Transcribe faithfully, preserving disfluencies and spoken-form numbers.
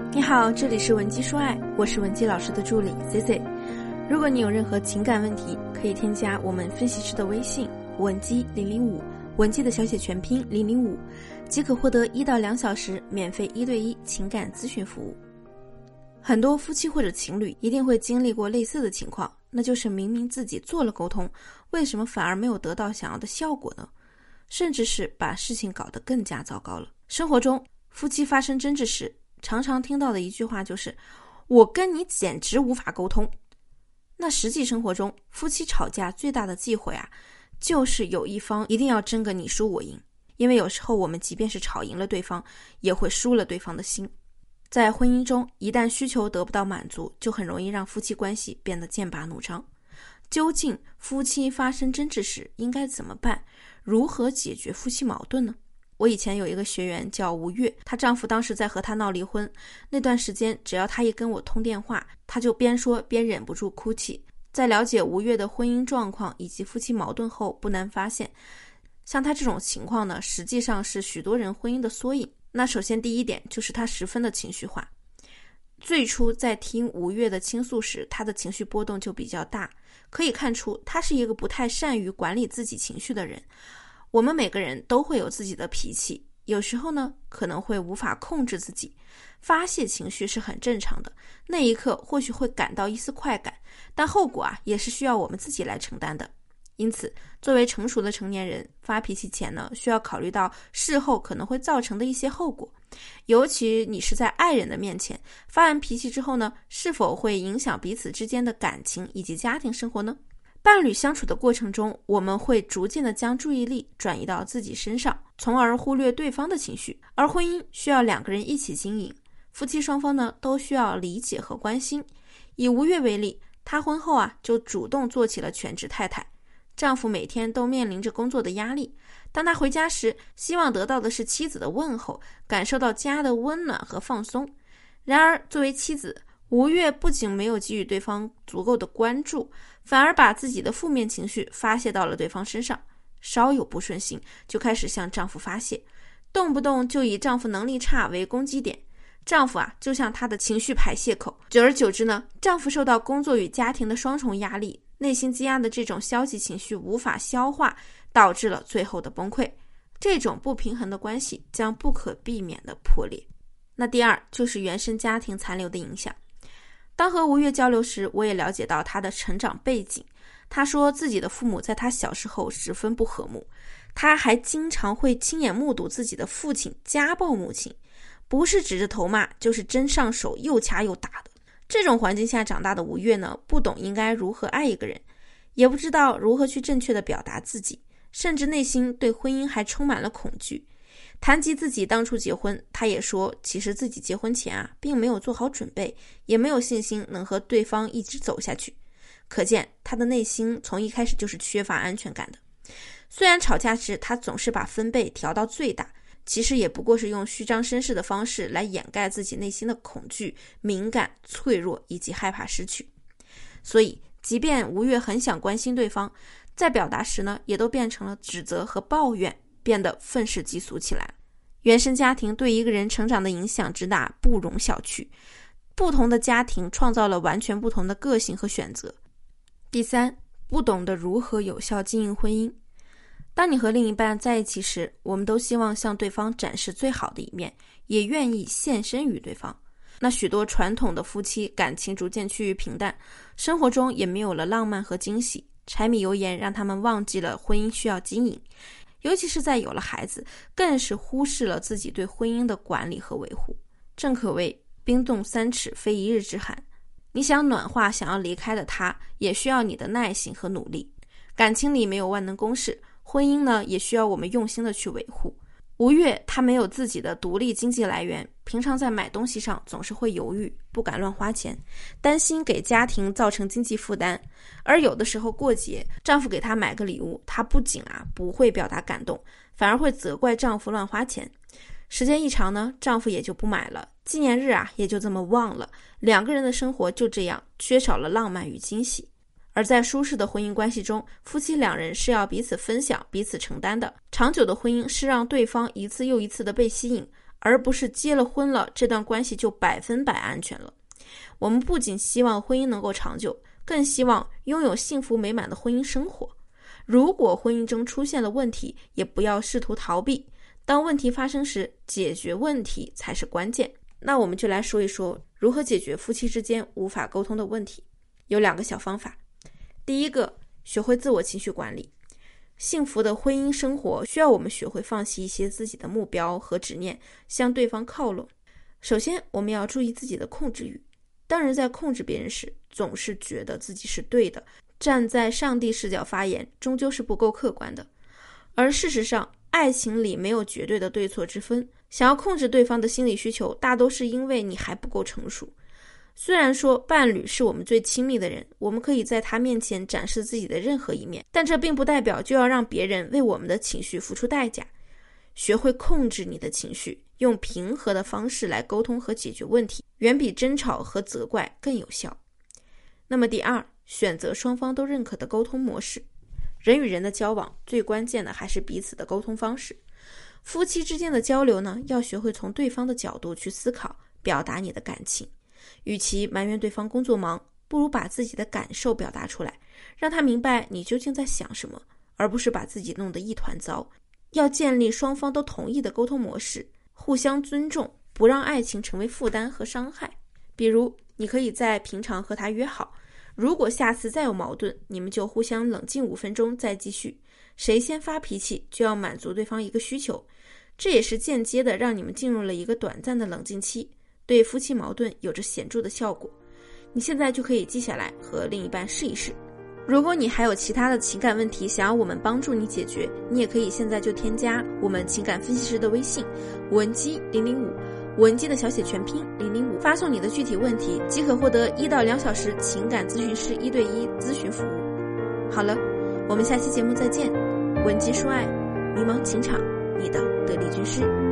你好，这里是文姬说爱，我是文姬老师的助理 C C。 如果你有任何情感问题，可以添加我们分析师的微信文姬零零五，文姬的小写全拼零零五，即可获得一到两小时免费一对一情感咨询服务。很多夫妻或者情侣一定会经历过类似的情况，那就是明明自己做了沟通，为什么反而没有得到想要的效果呢？甚至是把事情搞得更加糟糕了。生活中，夫妻发生争执时，常常听到的一句话就是我跟你简直无法沟通。那实际生活中，夫妻吵架最大的忌讳啊，就是有一方一定要争个你输我赢。因为有时候我们即便是吵赢了对方，也会输了对方的心。在婚姻中，一旦需求得不到满足，就很容易让夫妻关系变得剑拔弩张。究竟夫妻发生争执时应该怎么办？如何解决夫妻矛盾呢？我以前有一个学员叫吴越，她丈夫当时在和她闹离婚，那段时间只要她一跟我通电话，她就边说边忍不住哭泣。在了解吴越的婚姻状况以及夫妻矛盾后，不难发现，像她这种情况呢，实际上是许多人婚姻的缩影。那首先第一点就是她十分的情绪化。最初在听吴越的倾诉时，她的情绪波动就比较大，可以看出她是一个不太善于管理自己情绪的人。我们每个人都会有自己的脾气，有时候呢可能会无法控制自己，发泄情绪是很正常的，那一刻或许会感到一丝快感，但后果啊也是需要我们自己来承担的。因此作为成熟的成年人，发脾气前呢需要考虑到事后可能会造成的一些后果，尤其你是在爱人的面前发完脾气之后呢，是否会影响彼此之间的感情以及家庭生活呢？伴侣相处的过程中，我们会逐渐的将注意力转移到自己身上，从而忽略对方的情绪。而婚姻需要两个人一起经营，夫妻双方呢都需要理解和关心。以吴越为例，她婚后啊就主动做起了全职太太，丈夫每天都面临着工作的压力，当他回家时，希望得到的是妻子的问候，感受到家的温暖和放松。然而作为妻子，吴越不仅没有给予对方足够的关注，反而把自己的负面情绪发泄到了对方身上，稍有不顺心就开始向丈夫发泄，动不动就以丈夫能力差为攻击点。丈夫啊就像她的情绪排泄口，久而久之呢，丈夫受到工作与家庭的双重压力，内心积压的这种消极情绪无法消化，导致了最后的崩溃。这种不平衡的关系将不可避免的破裂。那第二就是原生家庭残留的影响。当和吴越交流时，我也了解到她的成长背景。她说自己的父母在她小时候十分不和睦，她还经常会亲眼目睹自己的父亲家暴母亲，不是指着头骂，就是真上手又掐又打的。这种环境下长大的吴越呢，不懂应该如何爱一个人，也不知道如何去正确的表达自己，甚至内心对婚姻还充满了恐惧。谈及自己当初结婚，他也说其实自己结婚前啊，并没有做好准备，也没有信心能和对方一直走下去。可见他的内心从一开始就是缺乏安全感的。虽然吵架时他总是把分贝调到最大，其实也不过是用虚张声势的方式来掩盖自己内心的恐惧、敏感、脆弱以及害怕失去。所以即便吴越很想关心对方，在表达时呢，也都变成了指责和抱怨，变得愤世嫉俗起来。原生家庭对一个人成长的影响之大，不容小觑。不同的家庭创造了完全不同的个性和选择。第三，不懂得如何有效经营婚姻。当你和另一半在一起时，我们都希望向对方展示最好的一面，也愿意献身于对方。那许多传统的夫妻感情逐渐趋于平淡，生活中也没有了浪漫和惊喜，柴米油盐让他们忘记了婚姻需要经营。尤其是在有了孩子，更是忽视了自己对婚姻的管理和维护。正可谓冰冻三尺非一日之寒，你想暖化想要离开的他，也需要你的耐心和努力。感情里没有万能公式，婚姻呢也需要我们用心的去维护。吴越他没有自己的独立经济来源，平常在买东西上总是会犹豫，不敢乱花钱，担心给家庭造成经济负担。而有的时候过节，丈夫给她买个礼物，她不仅啊不会表达感动，反而会责怪丈夫乱花钱。时间一长呢，丈夫也就不买了，纪念日啊也就这么忘了，两个人的生活就这样缺少了浪漫与惊喜。而在舒适的婚姻关系中，夫妻两人是要彼此分享、彼此承担的。长久的婚姻是让对方一次又一次的被吸引， 而不是结了婚了，这段关系就百分百安全了。我们不仅希望婚姻能够长久，更希望拥有幸福美满的婚姻生活。如果婚姻中出现了问题，也不要试图逃避，当问题发生时，解决问题才是关键。那我们就来说一说如何解决夫妻之间无法沟通的问题。有两个小方法。第一个，学会自我情绪管理。幸福的婚姻生活需要我们学会放弃一些自己的目标和执念，向对方靠拢。首先，我们要注意自己的控制欲。当人在控制别人时，总是觉得自己是对的，站在上帝视角发言，终究是不够客观的。而事实上，爱情里没有绝对的对错之分，想要控制对方的心理需求，大都是因为你还不够成熟。虽然说伴侣是我们最亲密的人，我们可以在他面前展示自己的任何一面，但这并不代表就要让别人为我们的情绪付出代价。学会控制你的情绪，用平和的方式来沟通和解决问题，远比争吵和责怪更有效。那么第二，选择双方都认可的沟通模式。人与人的交往，最关键的还是彼此的沟通方式。夫妻之间的交流呢，要学会从对方的角度去思考，表达你的感情。与其埋怨对方工作忙，不如把自己的感受表达出来，让他明白你究竟在想什么，而不是把自己弄得一团糟。要建立双方都同意的沟通模式，互相尊重，不让爱情成为负担和伤害。比如，你可以在平常和他约好，如果下次再有矛盾，你们就互相冷静五分钟再继续，谁先发脾气就要满足对方一个需求。这也是间接的让你们进入了一个短暂的冷静期，对夫妻矛盾有着显著的效果。你现在就可以记下来，和另一半试一试。如果你还有其他的情感问题想要我们帮助你解决，你也可以现在就添加我们情感分析师的微信文姬零零五，文姬的小写全拼零零五，发送你的具体问题，即可获得一到两小时情感咨询师一对一咨询服务。好了，我们下期节目再见。文姬说爱，迷茫情场，你的得力军师。